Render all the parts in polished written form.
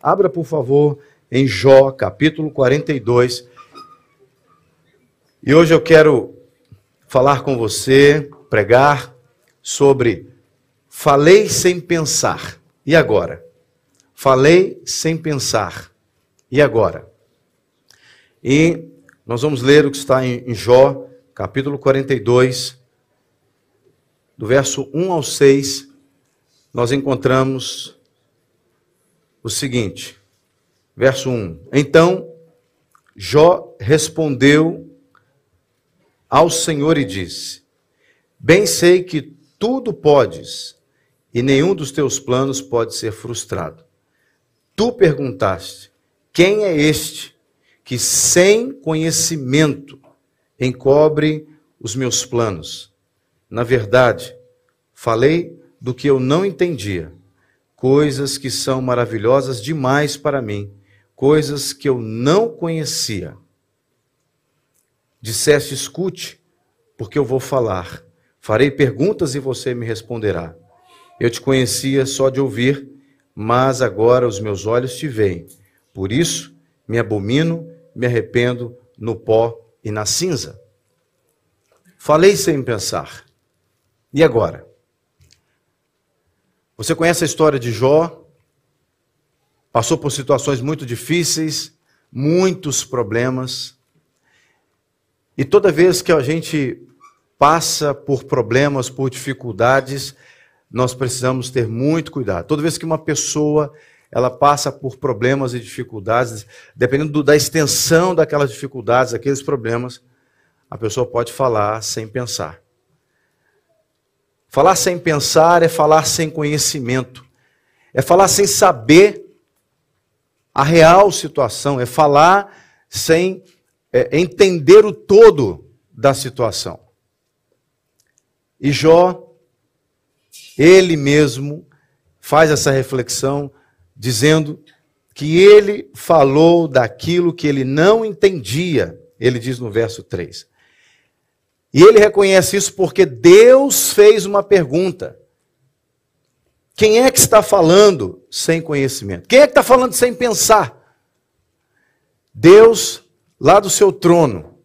Abra, por favor, em Jó, capítulo 42. E hoje eu quero falar com você, pregar sobre falei sem pensar. E agora? Falei sem pensar. E agora? E nós vamos ler o que está em Jó, capítulo 42, do verso 1 ao 6, nós encontramos o seguinte, verso 1. Então, Jó respondeu ao Senhor e disse: bem sei que tudo podes, e nenhum dos teus planos pode ser frustrado. Tu perguntaste: quem é este que sem conhecimento encobre os meus planos? Na verdade, falei do que eu não entendia, coisas que são maravilhosas demais para mim, coisas que eu não conhecia. Disseste: escute, porque eu vou falar. Farei perguntas e você me responderá. Eu te conhecia só de ouvir, mas agora os meus olhos te veem. Por isso, me abomino, me arrependo no pó e na cinza. Falei sem pensar. E agora? Você conhece a história de Jó? Passou por situações muito difíceis, muitos problemas. E toda vez que a gente passa por problemas, por dificuldades, nós precisamos ter muito cuidado. Toda vez que uma pessoa ela passa por problemas e dificuldades, dependendo da extensão daquelas dificuldades, daqueles problemas, a pessoa pode falar sem pensar. Falar sem pensar é falar sem conhecimento, é falar sem saber a real situação, é falar sem entender o todo da situação. E Jó, ele mesmo faz essa reflexão, dizendo que ele falou daquilo que ele não entendia, ele diz no verso 3. E ele reconhece isso porque Deus fez uma pergunta. Quem é que está falando sem conhecimento? Quem é que está falando sem pensar? Deus, lá do seu trono,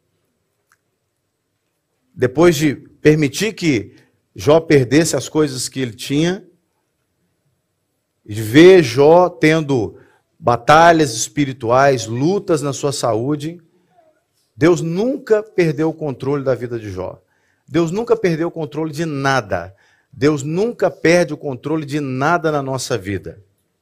depois de permitir que Jó perdesse as coisas que ele tinha, de ver Jó tendo batalhas espirituais, lutas na sua saúde, Deus nunca perdeu o controle da vida de Jó. Deus nunca perdeu o controle de nada. Deus nunca perde o controle de nada na nossa vida.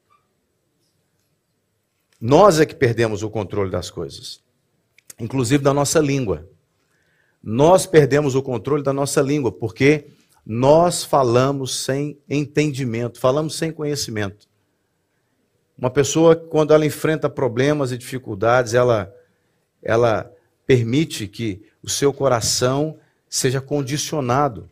Nós é que perdemos o controle das coisas, inclusive da nossa língua. Nós perdemos o controle da nossa língua, porque nós falamos sem entendimento, falamos sem conhecimento. Uma pessoa, quando ela enfrenta problemas e dificuldades, ela permite que o seu coração seja condicionado.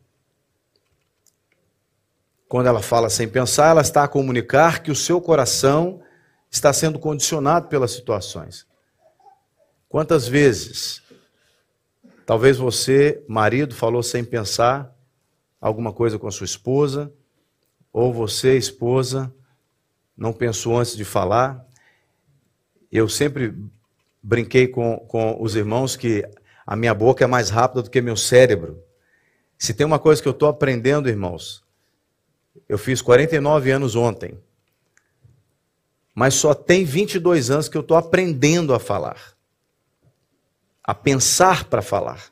Quando ela fala sem pensar, ela está a comunicar que o seu coração está sendo condicionado pelas situações. Quantas vezes, talvez você, marido, falou sem pensar alguma coisa com a sua esposa, ou você, esposa, não pensou antes de falar? Eu sempre brinquei com os irmãos que a minha boca é mais rápida do que meu cérebro. Se tem uma coisa que eu estou aprendendo, irmãos, eu fiz 49 anos ontem, mas só tem 22 anos que eu estou aprendendo a falar, a pensar para falar.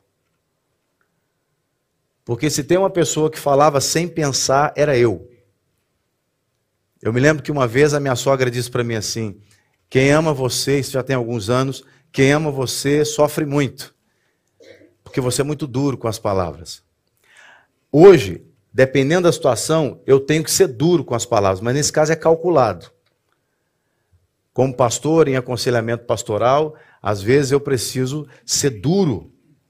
Porque se tem uma pessoa que falava sem pensar, era eu. Eu me lembro que uma vez a minha sogra disse para mim assim: quem ama você, isso já tem alguns anos, quem ama você sofre muito, porque você é muito duro com as palavras. Hoje, dependendo da situação, eu tenho que ser duro com as palavras, mas nesse caso é calculado. Como pastor, em aconselhamento pastoral, às vezes eu preciso ser duro.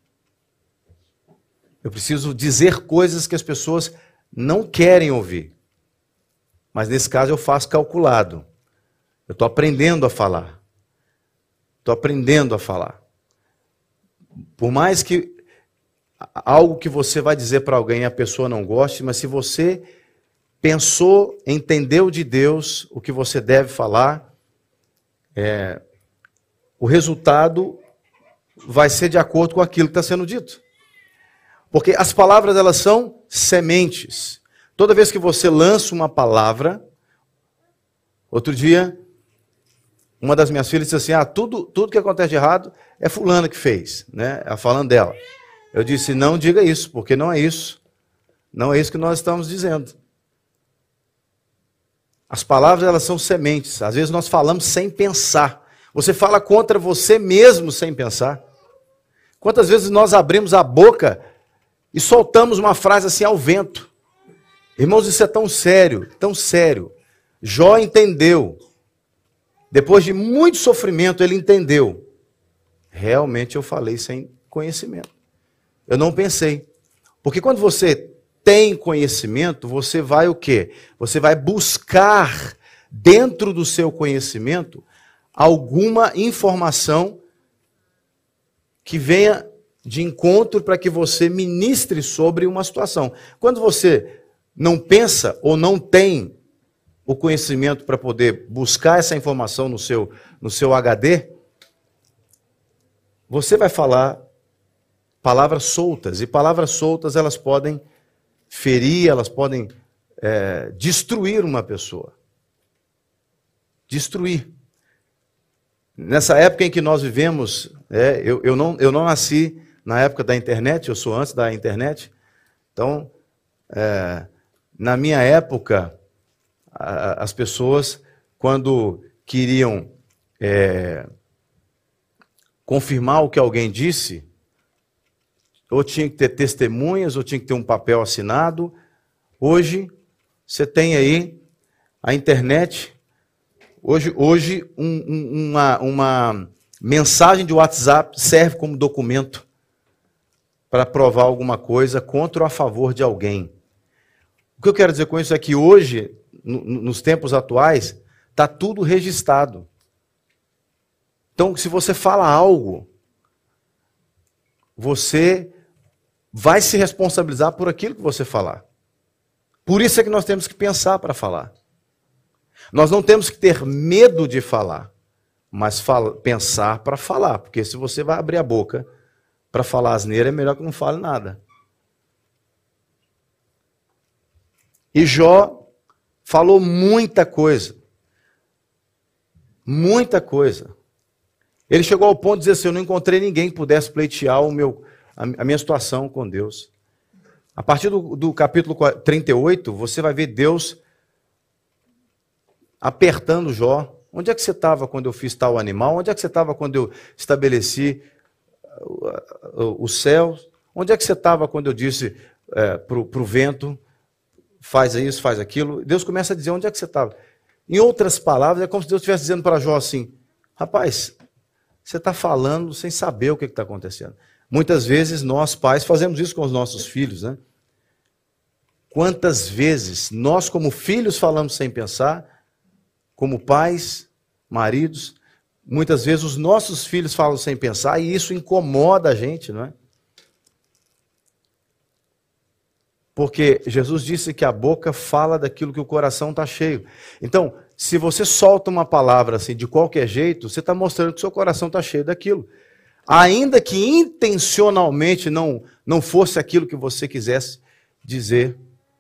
Eu preciso dizer coisas que as pessoas não querem ouvir. Mas nesse caso eu faço calculado. Eu estou aprendendo a falar. Estou aprendendo a falar. Por mais que algo que você vai dizer para alguém a pessoa não goste, mas se você pensou, entendeu de Deus o que você deve falar, o resultado vai ser de acordo com aquilo que está sendo dito. Porque as palavras, elas são sementes. Toda vez que você lança uma palavra, outro dia, uma das minhas filhas disse assim, tudo que acontece de errado é fulana que fez, né? Ela falando dela. Eu disse, não diga isso, porque não é isso. Não é isso que nós estamos dizendo. As palavras, elas são sementes. Às vezes nós falamos sem pensar. Você fala contra você mesmo sem pensar. Quantas vezes nós abrimos a boca e soltamos uma frase assim ao vento? Irmãos, isso é tão sério, tão sério. Jó entendeu. Depois de muito sofrimento, ele entendeu. Realmente eu falei sem conhecimento. Eu não pensei. Porque quando você tem conhecimento, você vai o quê? Você vai buscar dentro do seu conhecimento alguma informação que venha de encontro para que você ministre sobre uma situação. Quando você não pensa ou não tem o conhecimento para poder buscar essa informação no seu HD, você vai falar palavras soltas. E palavras soltas, elas podem ferir, elas podem destruir uma pessoa. Destruir. Nessa época em que nós vivemos, eu não nasci na época da internet, eu sou antes da internet. Então, na minha época, as pessoas, quando queriam confirmar o que alguém disse, ou tinha que ter testemunhas, ou tinha que ter um papel assinado. Hoje, você tem aí a internet. Hoje uma mensagem de WhatsApp serve como documento para provar alguma coisa contra ou a favor de alguém. O que eu quero dizer com isso é que hoje, nos tempos atuais, está tudo registrado. Então, se você fala algo, você vai se responsabilizar por aquilo que você falar. Por isso é que nós temos que pensar para falar. Nós não temos que ter medo de falar, mas pensar para falar. Porque se você vai abrir a boca para falar asneira, é melhor que não fale nada. E Jó falou muita coisa. Muita coisa. Ele chegou ao ponto de dizer assim, eu não encontrei ninguém que pudesse pleitear a minha situação com Deus. A partir do capítulo 38, você vai ver Deus apertando Jó. Onde é que você estava quando eu fiz tal animal? Onde é que você estava quando eu estabeleci os céus? Onde é que você estava quando eu disse para o vento, faz isso, faz aquilo? Deus começa a dizer, onde é que você estava? Em outras palavras, é como se Deus estivesse dizendo para Jó assim, rapaz, você está falando sem saber o que está acontecendo. Muitas vezes nós, pais, fazemos isso com os nossos filhos, né? Quantas vezes nós, como filhos, falamos sem pensar, como pais, maridos, muitas vezes os nossos filhos falam sem pensar e isso incomoda a gente, não é? Porque Jesus disse que a boca fala daquilo que o coração está cheio. Então, se você solta uma palavra assim de qualquer jeito, você está mostrando que o seu coração está cheio daquilo. Ainda que intencionalmente não fosse aquilo que você quisesse dizer.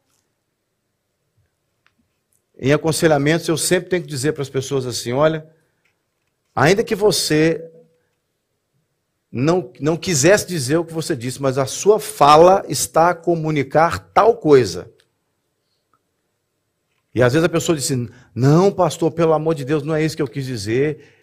Em aconselhamentos, eu sempre tenho que dizer para as pessoas assim, olha, ainda que você não quisesse dizer o que você disse, mas a sua fala está a comunicar tal coisa. E às vezes a pessoa diz assim, não, pastor, pelo amor de Deus, não é isso que eu quis dizer.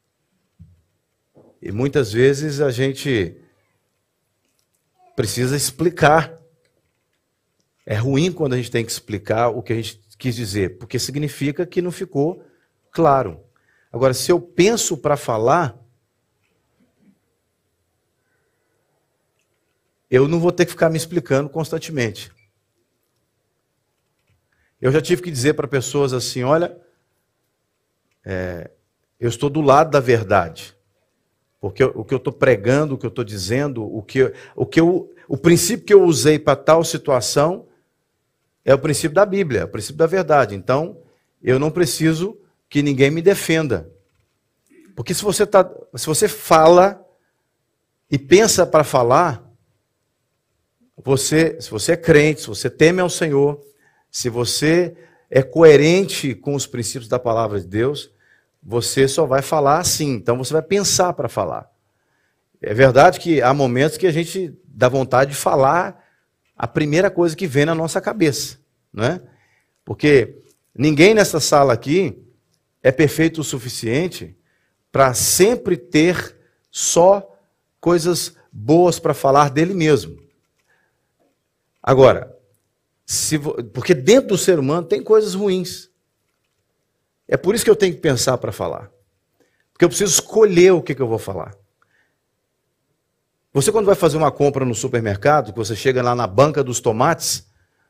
E muitas vezes a gente precisa explicar. É ruim quando a gente tem que explicar o que a gente quis dizer, porque significa que não ficou claro. Agora, se eu penso para falar, eu não vou ter que ficar me explicando constantemente. Eu já tive que dizer para pessoas assim, olha, eu estou do lado da verdade. Porque o que eu estou pregando, o que eu estou dizendo, o princípio que eu usei para tal situação é o princípio da Bíblia, é o princípio da verdade. Então, eu não preciso que ninguém me defenda. Porque se você fala e pensa para falar, se você é crente, se você teme ao Senhor, se você é coerente com os princípios da palavra de Deus, você só vai falar assim. Então você vai pensar para falar. É verdade que há momentos que a gente dá vontade de falar a primeira coisa que vem na nossa cabeça, não é? Porque ninguém nessa sala aqui é perfeito o suficiente para sempre ter só coisas boas para falar dele mesmo. Agora, porque dentro do ser humano tem coisas ruins. É por isso que eu tenho que pensar para falar. Porque eu preciso escolher o que eu vou falar. Você, quando vai fazer uma compra no supermercado, que você chega lá na banca dos tomates,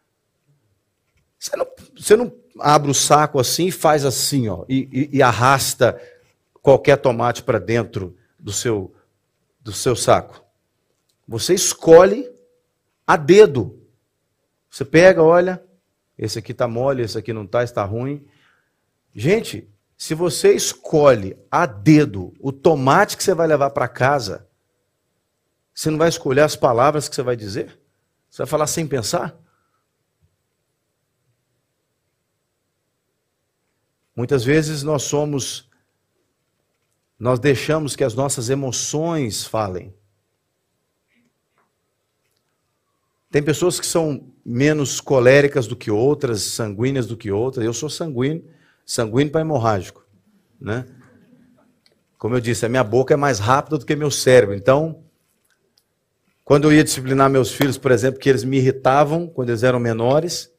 você não abre o saco assim e faz assim, ó, e arrasta qualquer tomate para dentro do seu saco. Você escolhe a dedo. Você pega, olha, esse aqui está mole, esse aqui não está ruim. Gente, se você escolhe a dedo o tomate que você vai levar para casa, você não vai escolher as palavras que você vai dizer? Você vai falar sem pensar? Muitas vezes nós deixamos que as nossas emoções falem. Tem pessoas que são menos coléricas do que outras, sanguíneas do que outras. Eu sou sanguíneo para hemorrágico, né? Como eu disse, a minha boca é mais rápida do que meu cérebro. Então, quando eu ia disciplinar meus filhos, por exemplo, que eles me irritavam quando eles eram menores,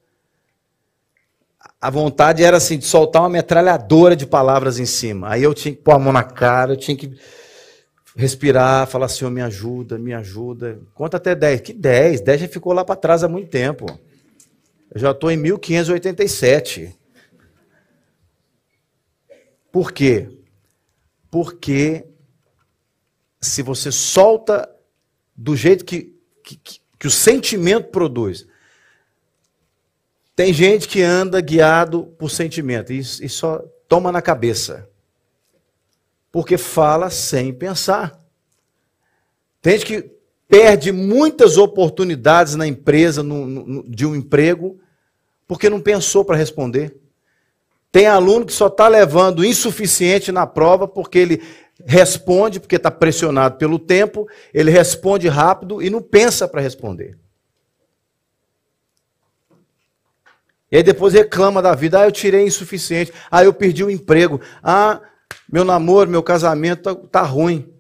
a vontade era assim, de soltar uma metralhadora de palavras em cima. Aí eu tinha que pôr a mão na cara, eu tinha que respirar, falar, Senhor, me ajuda, me ajuda. Conta até 10. Que 10? 10 já ficou lá para trás há muito tempo. Eu já estou em 1587. Por quê? Porque se você solta do jeito que o sentimento produz. Tem gente que anda guiado por sentimento e só toma na cabeça. Porque fala sem pensar. Tem gente que perde muitas oportunidades na empresa, de um emprego, porque não pensou para responder. Tem aluno que só está levando insuficiente na prova porque ele responde, porque está pressionado pelo tempo, ele responde rápido e não pensa para responder. E aí depois reclama da vida, eu tirei insuficiente, eu perdi o emprego, meu namoro, meu casamento está ruim.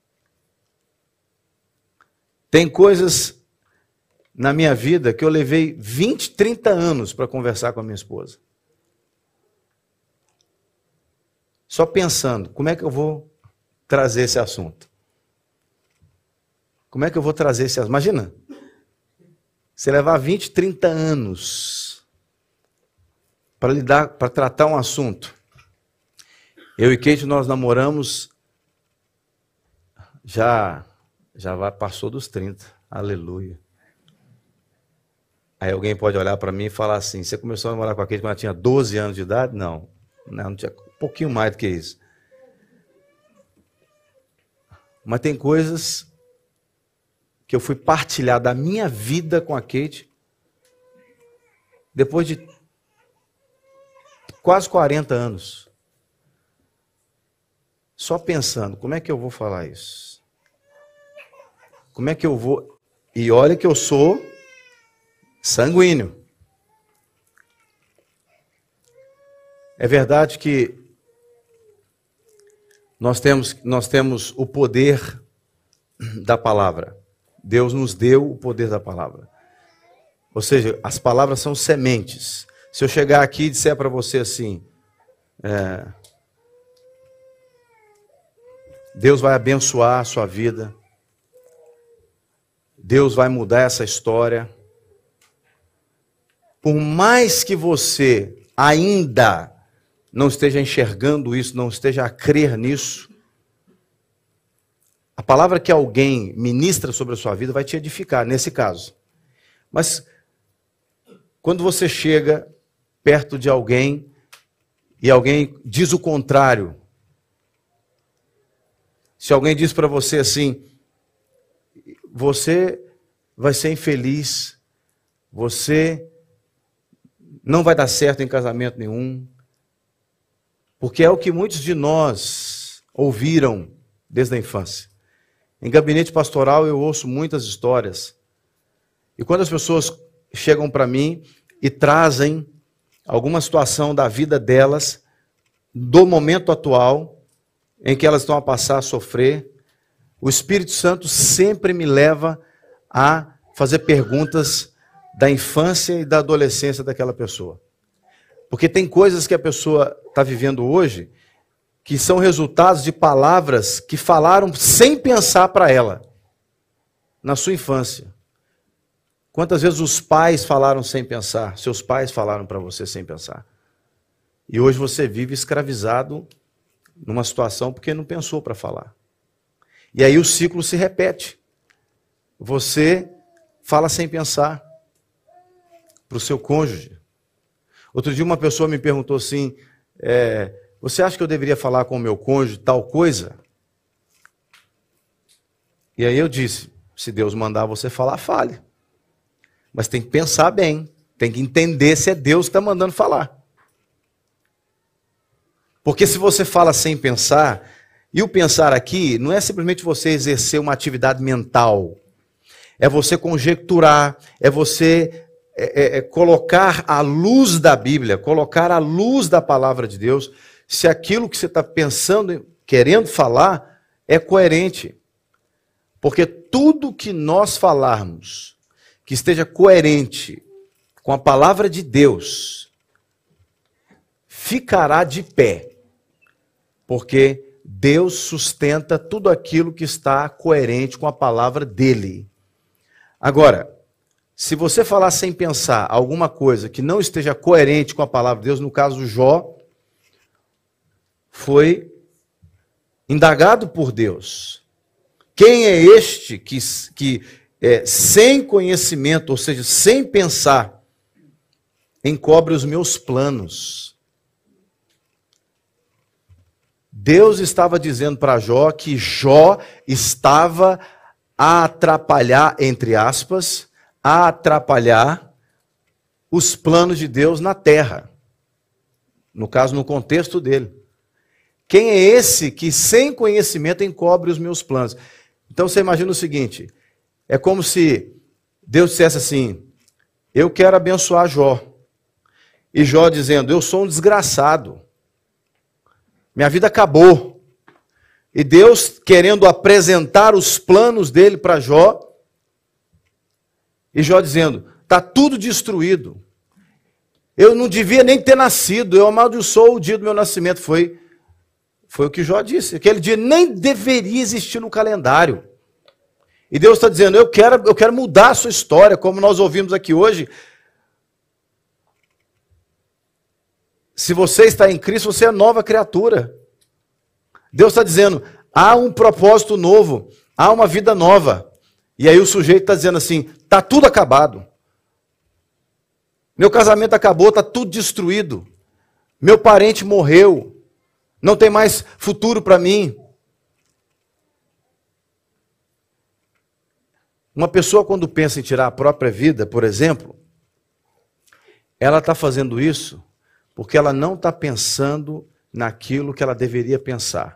Tem coisas na minha vida que eu levei 20, 30 anos para conversar com a minha esposa. Só pensando, como é que eu vou trazer esse assunto? Como é que eu vou trazer esse assunto? Imagina, você levar 20, 30 anos para tratar um assunto. Eu e Kate, nós namoramos, passou dos 30, aleluia. Aí alguém pode olhar para mim e falar assim, você começou a namorar com a Kate quando ela tinha 12 anos de idade? Não tinha, um pouquinho mais do que isso. Mas tem coisas que eu fui partilhar da minha vida com a Kate depois de quase 40 anos. Só pensando, como é que eu vou falar isso? Como é que eu vou... E olha que eu sou sanguíneo. É verdade que nós temos o poder da palavra. Deus nos deu o poder da palavra. Ou seja, as palavras são sementes. Se eu chegar aqui e disser para você assim, Deus vai abençoar a sua vida, Deus vai mudar essa história. Por mais que você ainda não esteja enxergando isso, não esteja a crer nisso, a palavra que alguém ministra sobre a sua vida vai te edificar, nesse caso. Mas quando você chega perto de alguém e alguém diz o contrário, Se alguém diz para você assim, você vai ser infeliz, você não vai dar certo em casamento nenhum, porque é o que muitos de nós ouviram desde a infância. Em gabinete pastoral eu ouço muitas histórias, e quando as pessoas chegam para mim e trazem alguma situação da vida delas, do momento atual, em que elas estão a passar a sofrer, o Espírito Santo sempre me leva a fazer perguntas da infância e da adolescência daquela pessoa. Porque tem coisas que a pessoa está vivendo hoje que são resultados de palavras que falaram sem pensar para ela, na sua infância. Quantas vezes os pais falaram sem pensar? Seus pais falaram para você sem pensar. E hoje você vive escravizado numa situação porque não pensou para falar. E aí o ciclo se repete. Você fala sem pensar para o seu cônjuge. Outro dia uma pessoa me perguntou assim, você acha que eu deveria falar com o meu cônjuge tal coisa? E aí eu disse, se Deus mandar você falar, fale. Mas tem que pensar bem, tem que entender se é Deus que está mandando falar. Porque se você fala sem pensar, e o pensar aqui não é simplesmente você exercer uma atividade mental, é você conjecturar, é você colocar à luz da Bíblia, colocar à luz da palavra de Deus, se aquilo que você está pensando, querendo falar, é coerente. Porque tudo que nós falarmos, que esteja coerente com a palavra de Deus, ficará de pé. Porque Deus sustenta tudo aquilo que está coerente com a palavra dele. Agora, se você falar sem pensar alguma coisa que não esteja coerente com a palavra de Deus, no caso Jó, foi indagado por Deus. Quem é este que sem conhecimento, ou seja, sem pensar, encobre os meus planos? Deus estava dizendo para Jó que Jó estava a atrapalhar, entre aspas, a atrapalhar os planos de Deus na terra. No caso, no contexto dele. Quem é esse que sem conhecimento encobre os meus planos? Então você imagina o seguinte, é como se Deus dissesse assim, eu quero abençoar Jó. E Jó dizendo, eu sou um desgraçado. Minha vida acabou. E Deus querendo apresentar os planos dele para Jó. E Jó dizendo, está tudo destruído. Eu não devia nem ter nascido. Eu amaldiçoo o dia do meu nascimento. Foi o que Jó disse. Aquele dia nem deveria existir no calendário. E Deus está dizendo, eu quero mudar a sua história. Como nós ouvimos aqui hoje. Se você está em Cristo, você é nova criatura. Deus está dizendo, há um propósito novo, há uma vida nova. E aí o sujeito está dizendo assim, está tudo acabado. Meu casamento acabou, está tudo destruído. Meu parente morreu, não tem mais futuro para mim. Uma pessoa quando pensa em tirar a própria vida, por exemplo, ela está fazendo isso porque ela não está pensando naquilo que ela deveria pensar.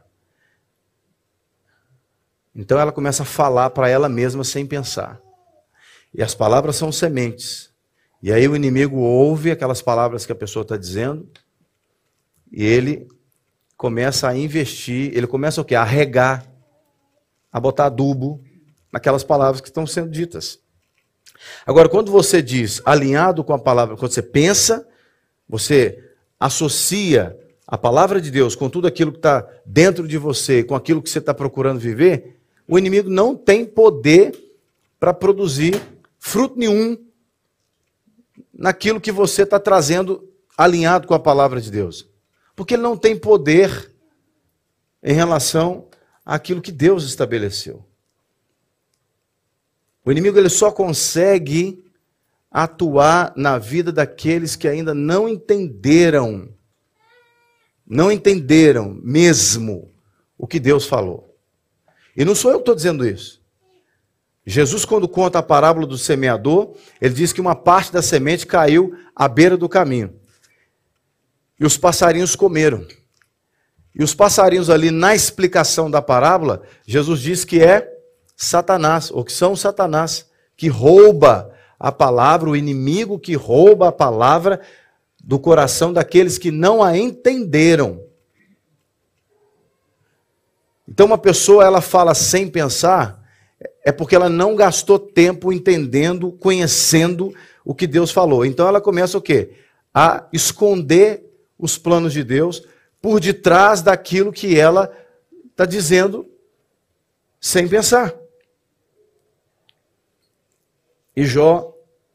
Então ela começa a falar para ela mesma sem pensar. E as palavras são sementes. E aí o inimigo ouve aquelas palavras que a pessoa está dizendo e ele começa a investir, ele começa o quê? A regar, a botar adubo naquelas palavras que estão sendo ditas. Agora, quando você diz alinhado com a palavra, quando você pensa, você associa a palavra de Deus com tudo aquilo que está dentro de você, com aquilo que você está procurando viver, o inimigo não tem poder para produzir fruto nenhum naquilo que você está trazendo alinhado com a palavra de Deus. Porque ele não tem poder em relação àquilo que Deus estabeleceu. O inimigo ele só consegue atuar na vida daqueles que ainda não entenderam mesmo o que Deus falou. E não sou eu que estou dizendo isso. Jesus, quando conta a parábola do semeador, ele diz que uma parte da semente caiu à beira do caminho. E os passarinhos comeram. E os passarinhos ali, na explicação da parábola, Jesus diz que é Satanás, ou que são Satanás, que rouba a palavra, o inimigo que rouba a palavra do coração daqueles que não a entenderam. Então uma pessoa, ela fala sem pensar, é porque ela não gastou tempo entendendo, conhecendo o que Deus falou. Então ela começa o quê? A esconder os planos de Deus por detrás daquilo que ela está dizendo sem pensar. E Jó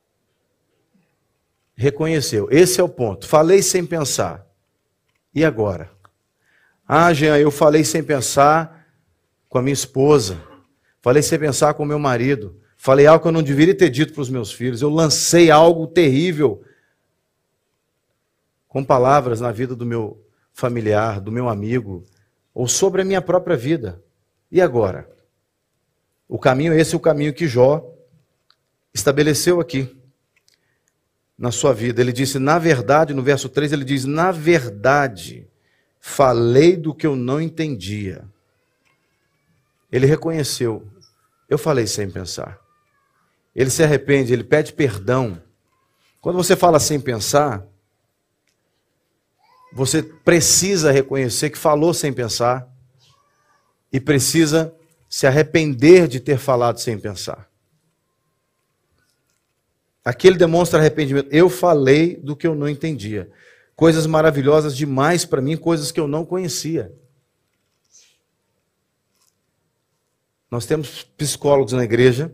reconheceu. Esse é o ponto. Falei sem pensar. E agora? Ah, Jean, eu falei sem pensar com a minha esposa. Falei sem pensar com o meu marido. Falei algo que eu não deveria ter dito para os meus filhos. Eu lancei algo terrível com palavras na vida do meu familiar, do meu amigo, ou sobre a minha própria vida. E agora? O caminho, esse é o caminho que Jó estabeleceu aqui na sua vida. Ele disse, na verdade, no verso 3, ele diz, na verdade, falei do que eu não entendia. Ele reconheceu, eu falei sem pensar. Ele se arrepende, ele pede perdão. Quando você fala sem pensar, você precisa reconhecer que falou sem pensar e precisa se arrepender de ter falado sem pensar. Aqui ele demonstra arrependimento. Eu falei do que eu não entendia. Coisas maravilhosas demais para mim, coisas que eu não conhecia. Nós temos psicólogos na igreja.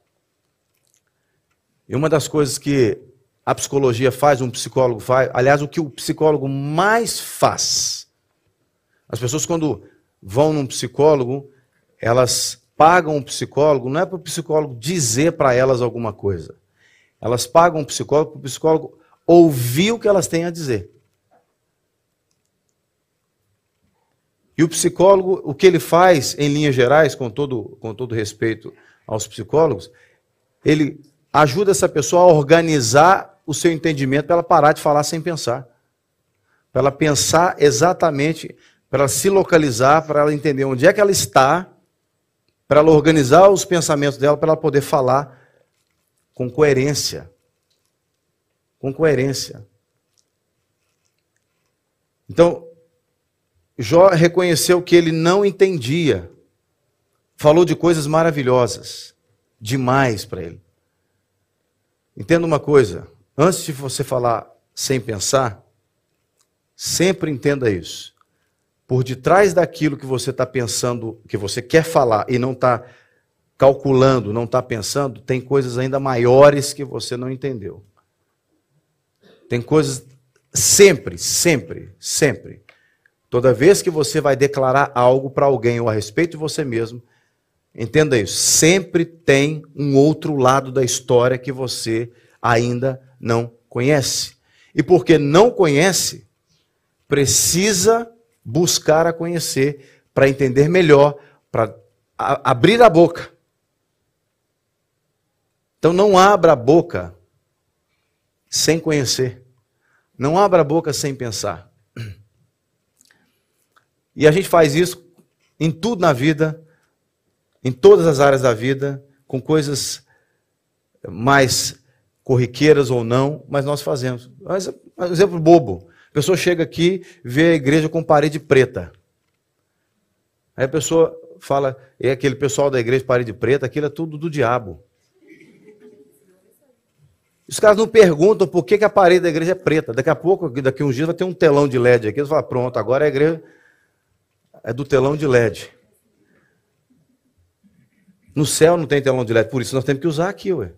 E uma das coisas que a psicologia faz, um psicólogo faz, aliás, o que o psicólogo mais faz. As pessoas quando vão num psicólogo, elas pagam o psicólogo, não é para o psicólogo dizer para elas alguma coisa. Elas pagam o psicólogo para o psicólogo ouvir o que elas têm a dizer. E o psicólogo, o que ele faz, em linhas gerais, com todo respeito aos psicólogos, ele ajuda essa pessoa a organizar o seu entendimento para ela parar de falar sem pensar. Para ela pensar exatamente, para ela se localizar, para ela entender onde é que ela está, para ela organizar os pensamentos dela, para ela poder falar com coerência. Com coerência. Então, Jó reconheceu que ele não entendia. Falou de coisas maravilhosas. Demais para ele. Entenda uma coisa. Antes de você falar sem pensar, sempre entenda isso. Por detrás daquilo que você está pensando, que você quer falar e não está calculando, não está pensando, tem coisas ainda maiores que você não entendeu. Tem coisas sempre. Toda vez que você vai declarar algo para alguém ou a respeito de você mesmo, entenda isso, sempre tem um outro lado da história que você ainda não conhece. E porque não conhece, precisa buscar a conhecer para entender melhor, para abrir a boca. Então não abra a boca sem conhecer. Não abra a boca sem pensar. E a gente faz isso em tudo na vida, em todas as áreas da vida, com coisas mais corriqueiras ou não, mas nós fazemos. Mas, um exemplo bobo. A pessoa chega aqui, vê a igreja com parede preta. Aí a pessoa fala, é aquele pessoal da igreja de parede preta, aquilo é tudo do diabo. Os caras não perguntam por que a parede da igreja é preta. Daqui a pouco, daqui a uns dias, vai ter um telão de LED aqui. Eles falam, pronto, agora a igreja é do telão de LED. No céu não tem telão de LED, por isso nós temos que usar aqui, ué.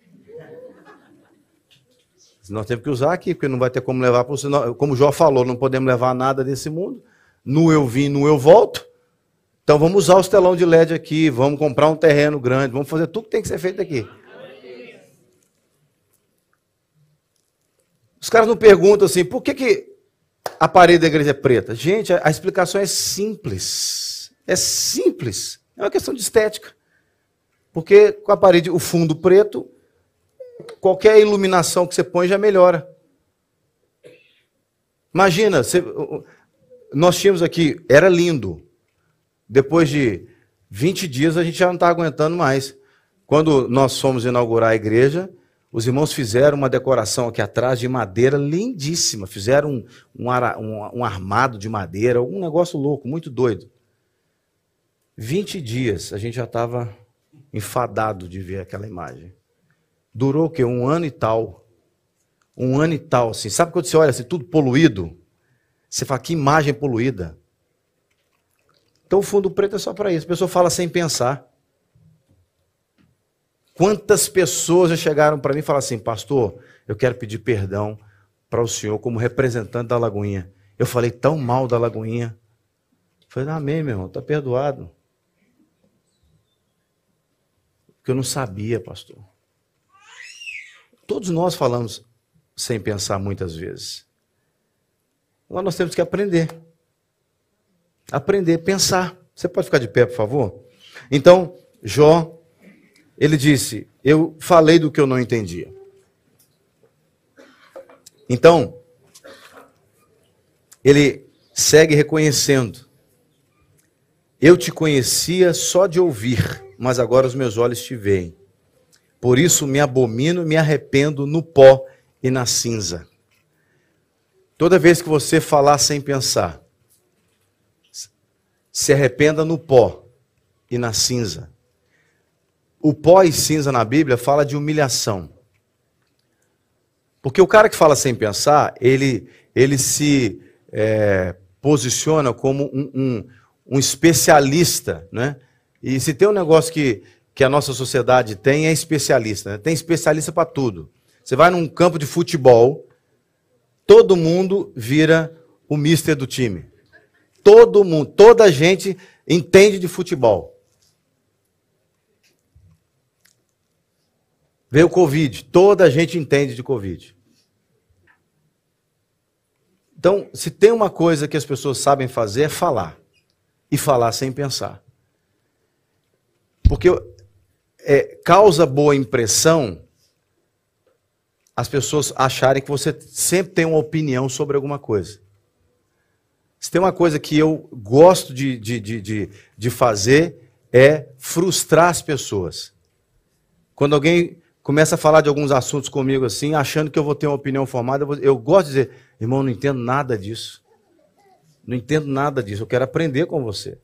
Nós temos que usar aqui, porque não vai ter como levar para você. Como o Jó falou, não podemos levar nada desse mundo. No eu vim, no eu volto. Então vamos usar os telão de LED aqui, vamos comprar um terreno grande, vamos fazer tudo que tem que ser feito aqui. Os caras não perguntam assim, por que a parede da igreja é preta? Gente, a explicação é simples. É simples. É uma questão de estética. Porque com a parede, o fundo preto, qualquer iluminação que você põe já melhora. Imagina, nós tínhamos aqui, era lindo. Depois de 20 dias a gente já não está aguentando mais. Quando nós fomos inaugurar a igreja, os irmãos fizeram uma decoração aqui atrás de madeira lindíssima. Fizeram um armado de madeira, um negócio louco, muito doido. 20 dias a gente já estava enfadado de ver aquela imagem. Durou o quê? 1 ano e tal. 1 ano e tal, assim. Sabe quando você olha assim, tudo poluído? Você fala, que imagem poluída. Então o fundo preto é só para isso. A pessoa fala sem pensar. Quantas pessoas já chegaram para mim e falaram assim, pastor, eu quero pedir perdão para o senhor como representante da Lagoinha. Eu falei tão mal da Lagoinha. Eu falei, amém, meu irmão, está perdoado. Porque eu não sabia, pastor. Todos nós falamos sem pensar muitas vezes. Agora nós temos que aprender. Aprender, pensar. Você pode ficar de pé, por favor? Então, Jó, ele disse, eu falei do que eu não entendia. Então, ele segue reconhecendo. Eu te conhecia só de ouvir, mas agora os meus olhos te veem. Por isso me abomino, me arrependo no pó e na cinza. Toda vez que você falar sem pensar, se arrependa no pó e na cinza. O pó e cinza na Bíblia fala de humilhação. Porque o cara que fala sem pensar, ele se posiciona como um especialista, né? E se tem um negócio que a nossa sociedade tem, é especialista, né? Tem especialista para tudo. Você vai num campo de futebol, todo mundo vira o mister do time. Todo mundo, toda a gente entende de futebol. Veio o Covid, toda a gente entende de Covid. Então, se tem uma coisa que as pessoas sabem fazer, é falar. E falar sem pensar. Porque causa boa impressão as pessoas acharem que você sempre tem uma opinião sobre alguma coisa. Se tem uma coisa que eu gosto de fazer, é frustrar as pessoas. Quando alguém começa a falar de alguns assuntos comigo assim, achando que eu vou ter uma opinião formada, eu gosto de dizer, irmão, não entendo nada disso. Não entendo nada disso, eu quero aprender com você.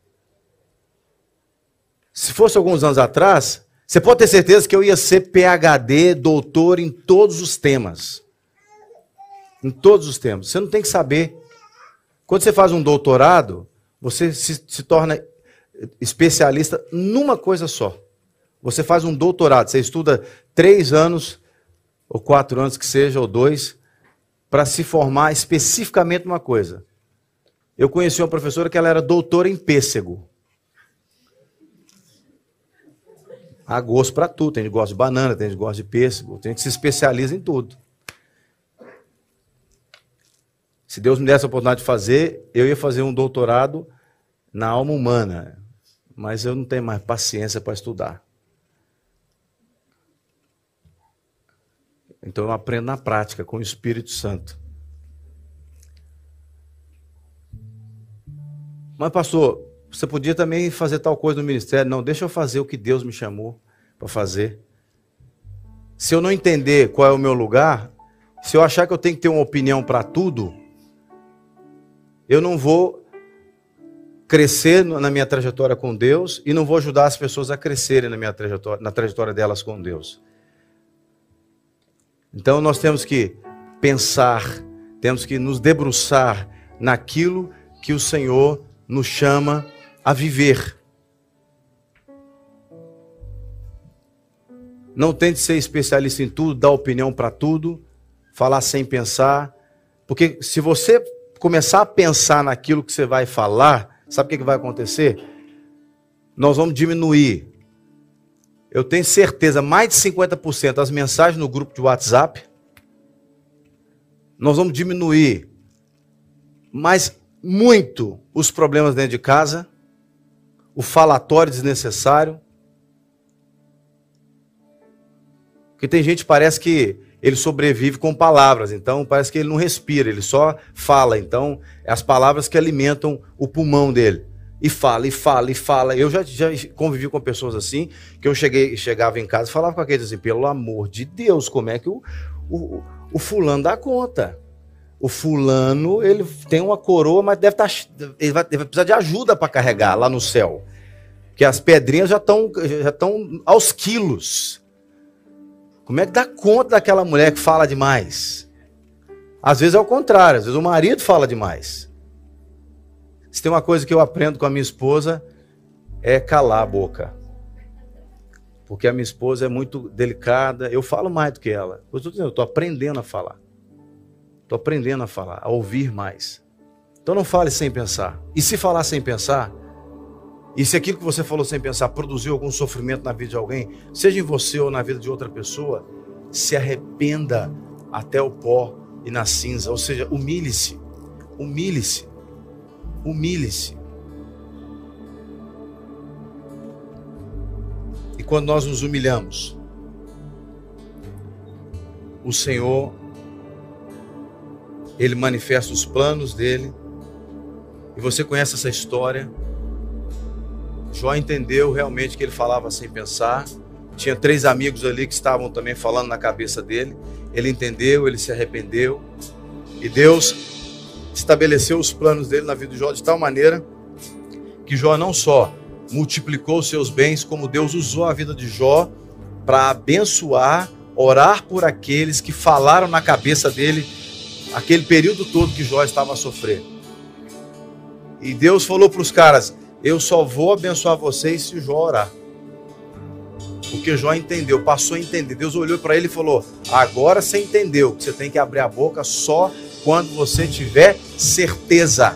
Se fosse alguns anos atrás, você pode ter certeza que eu ia ser PhD, doutor em todos os temas. Em todos os temas. Você não tem que saber. Quando você faz um doutorado, você se torna especialista numa coisa só. Você faz um doutorado, você estuda 3 anos, ou 4 anos que seja, ou 2, para se formar especificamente numa coisa. Eu conheci uma professora que ela era doutora em pêssego. Há gosto para tudo. Tem gente que gosta de banana, tem gente que gosta de pêssego, tem gente que se especializa em tudo. Se Deus me desse a oportunidade de fazer, eu ia fazer um doutorado na alma humana. Mas eu não tenho mais paciência para estudar. Então eu aprendo na prática, com o Espírito Santo. Mas pastor, você podia também fazer tal coisa no ministério. Não, deixa eu fazer o que Deus me chamou para fazer. Se eu não entender qual é o meu lugar, se eu achar que eu tenho que ter uma opinião para tudo, eu não vou crescer na minha trajetória com Deus e não vou ajudar as pessoas a crescerem na trajetória delas com Deus. Então nós temos que pensar, temos que nos debruçar naquilo que o Senhor nos chama a viver. Não tente ser especialista em tudo, dar opinião para tudo, falar sem pensar, porque se você começar a pensar naquilo que você vai falar, sabe o que vai acontecer? Nós vamos diminuir. Eu tenho certeza, mais de 50% das mensagens no grupo de WhatsApp, nós vamos diminuir, mas muito, os problemas dentro de casa, o falatório desnecessário. Porque tem gente que parece que ele sobrevive com palavras, então parece que ele não respira, ele só fala. Então, é as palavras que alimentam o pulmão dele. E fala, e fala, e fala. Eu já convivi com pessoas assim, que eu chegava em casa e falava com aqueles assim, pelo amor de Deus, como é que o fulano dá conta? O fulano, ele tem uma coroa, mas ele vai precisar de ajuda para carregar lá no céu. Porque as pedrinhas já estão aos quilos. Como é que dá conta daquela mulher que fala demais? Às vezes é o contrário, às vezes o marido fala demais. Se tem uma coisa que eu aprendo com a minha esposa, é calar a boca. Porque a minha esposa é muito delicada, eu falo mais do que ela. Eu estou aprendendo a falar. Estou aprendendo a falar, a ouvir mais. Então não fale sem pensar. E se falar sem pensar, e se aquilo que você falou sem pensar produziu algum sofrimento na vida de alguém, seja em você ou na vida de outra pessoa, se arrependa até o pó e na cinza. Ou seja, humilhe-se. Humilhe-se. Humilhe-se. E quando nós nos humilhamos, o Senhor, Ele manifesta os planos dele. E você conhece essa história. Jó entendeu realmente que ele falava sem pensar. Tinha 3 amigos ali que estavam também falando na cabeça dele. Ele entendeu, ele se arrependeu. E Deus estabeleceu os planos dele na vida de Jó de tal maneira que Jó não só multiplicou os seus bens, como Deus usou a vida de Jó para abençoar, orar por aqueles que falaram na cabeça dele aquele período todo que Jó estava a sofrer. E Deus falou para os caras: eu só vou abençoar vocês se o Jó orar. Porque Jó entendeu, passou a entender. Deus olhou para ele e falou: agora você entendeu que você tem que abrir a boca só quando você tiver certeza.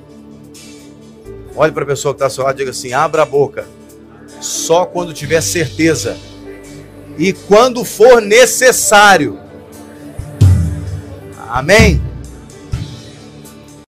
Olhe para a pessoa que está ao seu lado e diga assim: abra a boca só quando tiver certeza e quando for necessário. Amém?